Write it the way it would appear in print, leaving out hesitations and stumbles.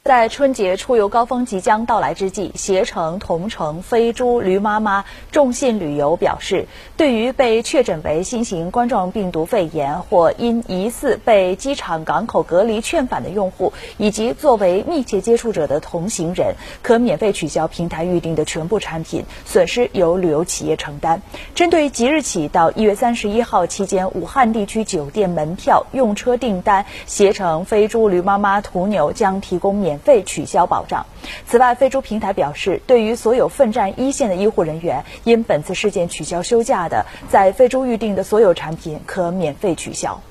在春节出游高峰即将到来之际，携程、同程、飞猪、驴妈妈、众信旅游表示，对于被确诊为新型冠状病毒肺炎或因疑似被机场港口隔离劝返的用户，以及作为密切接触者的同行人，可免费取消平台预订的全部产品，损失由旅游企业承担。针对即日起到1月31号期间武汉地区酒店门票、用车订单，携程、飞猪、驴妈妈、途牛将提供免费取消保障。此外，飞猪平台表示，对于所有奋战一线的医护人员，因本次事件取消休假的，在飞猪预订的所有产品可免费取消。